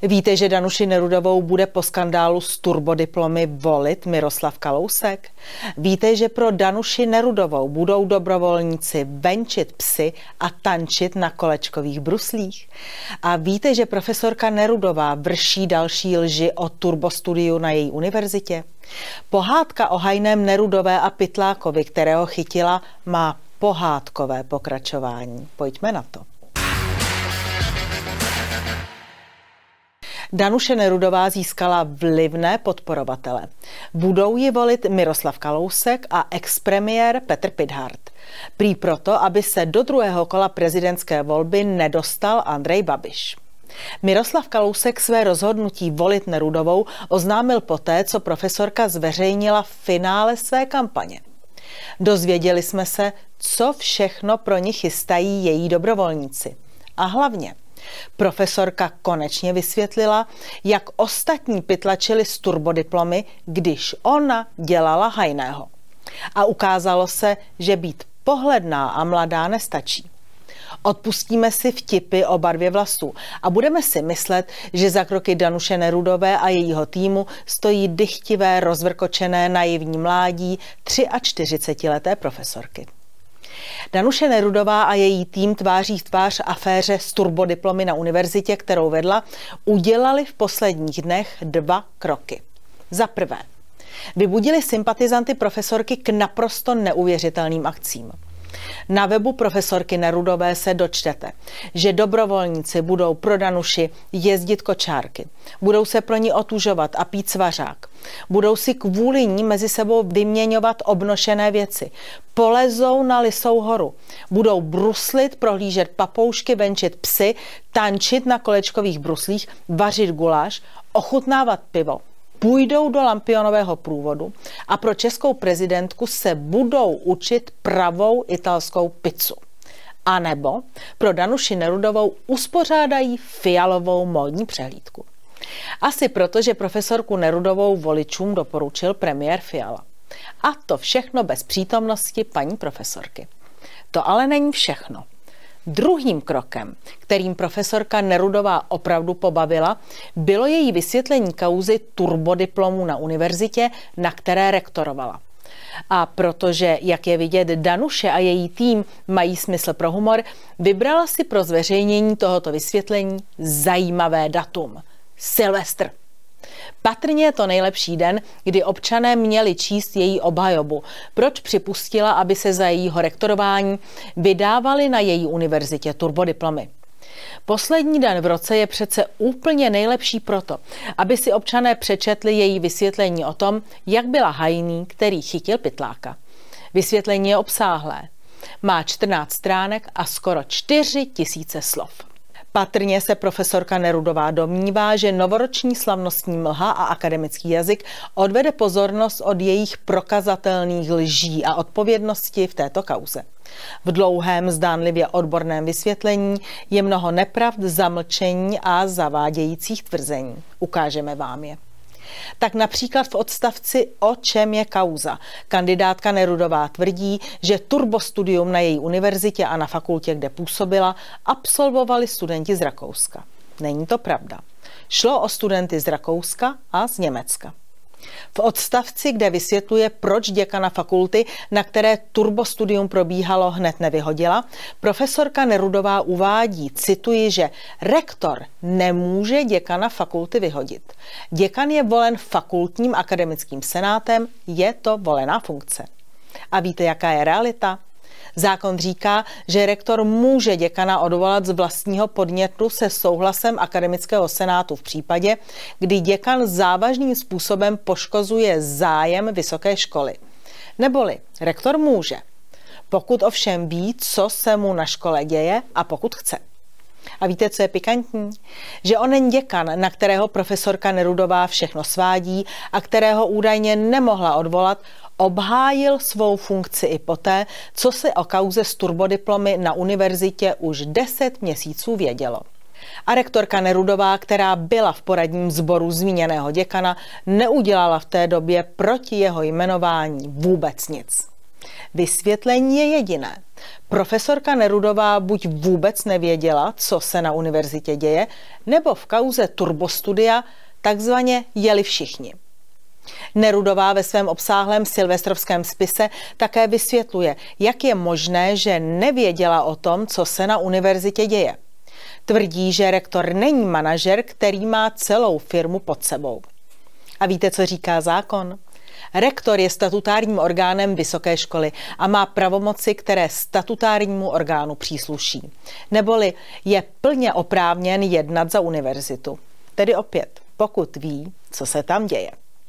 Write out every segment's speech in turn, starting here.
Víte, že Danuši Nerudovou bude po skandálu s turbodiplomy volit Miroslav Kalousek? Víte, že pro Danuši Nerudovou budou dobrovolníci venčit psy a tančit na kolečkových bruslích? A víte, že profesorka Nerudová vrší další lži o turbostudiu na její univerzitě? Pohádka o hajném Nerudové a Pytlákovi, kterého chytila, má pohádkové pokračování. Pojďme na to. Danuše Nerudová získala vlivné podporovatele. Budou ji volit Miroslav Kalousek a expremiér Petr Pithart. Prý proto, aby se do druhého kola prezidentské volby nedostal Andrej Babiš. Miroslav Kalousek své rozhodnutí volit Nerudovou oznámil poté, co profesorka zveřejnila finále své kampaně. Dozvěděli jsme se, co všechno pro ni chystají její dobrovolníci. A hlavně, profesorka konečně vysvětlila, jak ostatní pytlačili z turbodiplomy, když ona dělala hajného. A ukázalo se, že být pohledná a mladá nestačí. Odpustíme si vtipy o barvě vlasů a budeme si myslet, že za kroky Danuše Nerudové a jejího týmu stojí dychtivé, rozvrkočené, naivní mládí 43leté profesorky. Danuše Nerudová a její tým tváří v tvář aféře s turbodiplomy na univerzitě, kterou vedla, udělali v posledních dnech 2 kroky. Za prvé, vybudili sympatizanty profesorky k naprosto neuvěřitelným akcím. Na webu profesorky Nerudové se dočtete, že dobrovolníci budou pro Danuši jezdit kočárky, budou se pro ní otužovat a pít svařák, budou si kvůli ní mezi sebou vyměňovat obnošené věci, polezou na Lysou horu, budou bruslit, prohlížet papoušky, venčit psy, tančit na kolečkových bruslích, vařit guláš, ochutnávat pivo. Půjdou do Lampionového průvodu a pro českou prezidentku se budou učit pravou italskou pizzu. A nebo pro Danuši Nerudovou uspořádají fialovou módní přehlídku. Asi proto, že profesorku Nerudovou voličům doporučil premiér Fiala. A to všechno bez přítomnosti paní profesorky. To ale není všechno. Druhým krokem, kterým profesorka Nerudová opravdu pobavila, bylo její vysvětlení kauzy turbodiplomů na univerzitě, na které rektorovala. A protože, jak je vidět, Danuše a její tým mají smysl pro humor, vybrala si pro zveřejnění tohoto vysvětlení zajímavé datum. Silvestr. Patrně je to nejlepší den, kdy občané měli číst její obhajobu. Proč připustila, aby se za jejího rektorování vydávaly na její univerzitě turbodiplomy? Poslední den v roce je přece úplně nejlepší proto, aby si občané přečetli její vysvětlení o tom, jak byla hajný, který chytil pytláka. Vysvětlení je obsáhlé. Má 14 stránek a skoro 4000 slov. Patrně se profesorka Nerudová domnívá, že novoroční slavnostní mlha a akademický jazyk odvede pozornost od jejich prokazatelných lží a odpovědnosti v této kauze. V dlouhém, zdánlivě odborném vysvětlení je mnoho nepravd, zamlčení a zavádějících tvrzení. Ukážeme vám je. Tak například v odstavci O čem je kauza kandidátka Nerudová tvrdí, že turbostudium na její univerzitě a na fakultě, kde působila, absolvovali studenti z Rakouska. Není to pravda. Šlo o studenty z Rakouska a z Německa. V odstavci, kde vysvětluje, proč děkana fakulty, na které turbostudium probíhalo, hned nevyhodila, profesorka Nerudová uvádí, cituji, že rektor nemůže děkana fakulty vyhodit. Děkan je volen fakultním akademickým senátem, je to volená funkce. A víte, jaká je realita? Zákon říká, že rektor může děkana odvolat z vlastního podnětu se souhlasem akademického senátu v případě, kdy děkan závažným způsobem poškozuje zájem vysoké školy. Neboli rektor může, pokud ovšem ví, co se mu na škole děje a pokud chce. A víte, co je pikantní? Že onen děkan, na kterého profesorka Nerudová všechno svádí a kterého údajně nemohla odvolat, obhájil svou funkci i poté, co se o kauze s turbodiplomy na univerzitě už 10 měsíců vědělo. A rektorka Nerudová, která byla v poradním sboru zmíněného děkana, neudělala v té době proti jeho jmenování vůbec nic. Vysvětlení je jediné. Profesorka Nerudová buď vůbec nevěděla, co se na univerzitě děje, nebo v kauze turbostudia takzvaně jeli všichni. Nerudová ve svém obsáhlém silvestrovském spise také vysvětluje, jak je možné, že nevěděla o tom, co se na univerzitě děje. Tvrdí, že rektor není manažer, který má celou firmu pod sebou. A víte, co říká zákon? Rektor je statutárním orgánem vysoké školy a má pravomoci, které statutárnímu orgánu přísluší. Neboli je plně oprávněn jednat za univerzitu. Tedy opět, pokud ví, co se tam děje.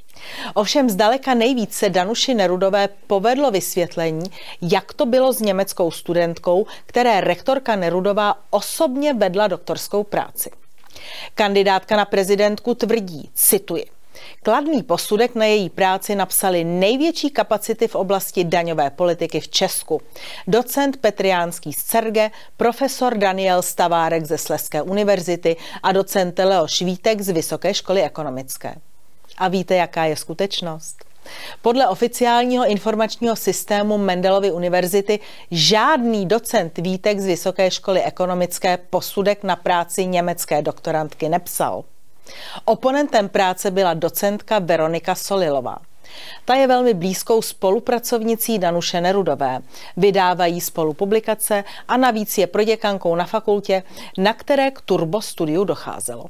Ovšem zdaleka nejvíc se Danuši Nerudové povedlo vysvětlení, jak to bylo s německou studentkou, které rektorka Nerudová osobně vedla doktorskou práci. Kandidátka na prezidentku tvrdí, cituji, kladný posudek na její práci napsali největší kapacity v oblasti daňové politiky v Česku. Docent Petr Jánský z CERGE, profesor Daniel Stavárek ze Slezské univerzity a docent Leoš Vítek z Vysoké školy ekonomické. A víte, jaká je skutečnost? Podle oficiálního informačního systému Mendelovy univerzity žádný docent Vítek z Vysoké školy ekonomické posudek na práci německé doktorantky nepsal. Oponentem práce byla docentka Veronika Solilová. Ta je velmi blízkou spolupracovnicí Danuše Nerudové. Vydávají spolu publikace a navíc je proděkankou na fakultě, na které k turbostudiu docházelo.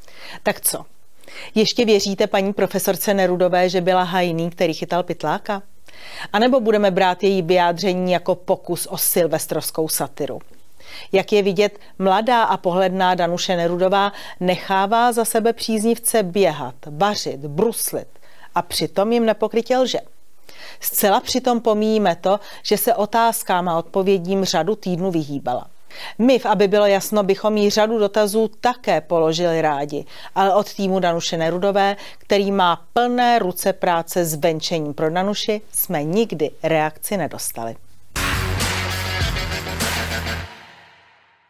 Tak co? Ještě věříte paní profesorce Nerudové, že byla hajný, který chytal pytláka? A nebo budeme brát její vyjádření jako pokus o silvestrovskou satiru? Jak je vidět, mladá a pohledná Danuše Nerudová nechává za sebe příznivce běhat, vařit, bruslit a přitom jim nepokrytě lže. Zcela přitom pomíjíme to, že se otázkám a odpovědím řadu týdnů vyhýbala. My, aby bylo jasno, bychom jí řadu dotazů také položili rádi, ale od týmu Danuše Nerudové, který má plné ruce práce s venčením pro Danuši, jsme nikdy reakci nedostali.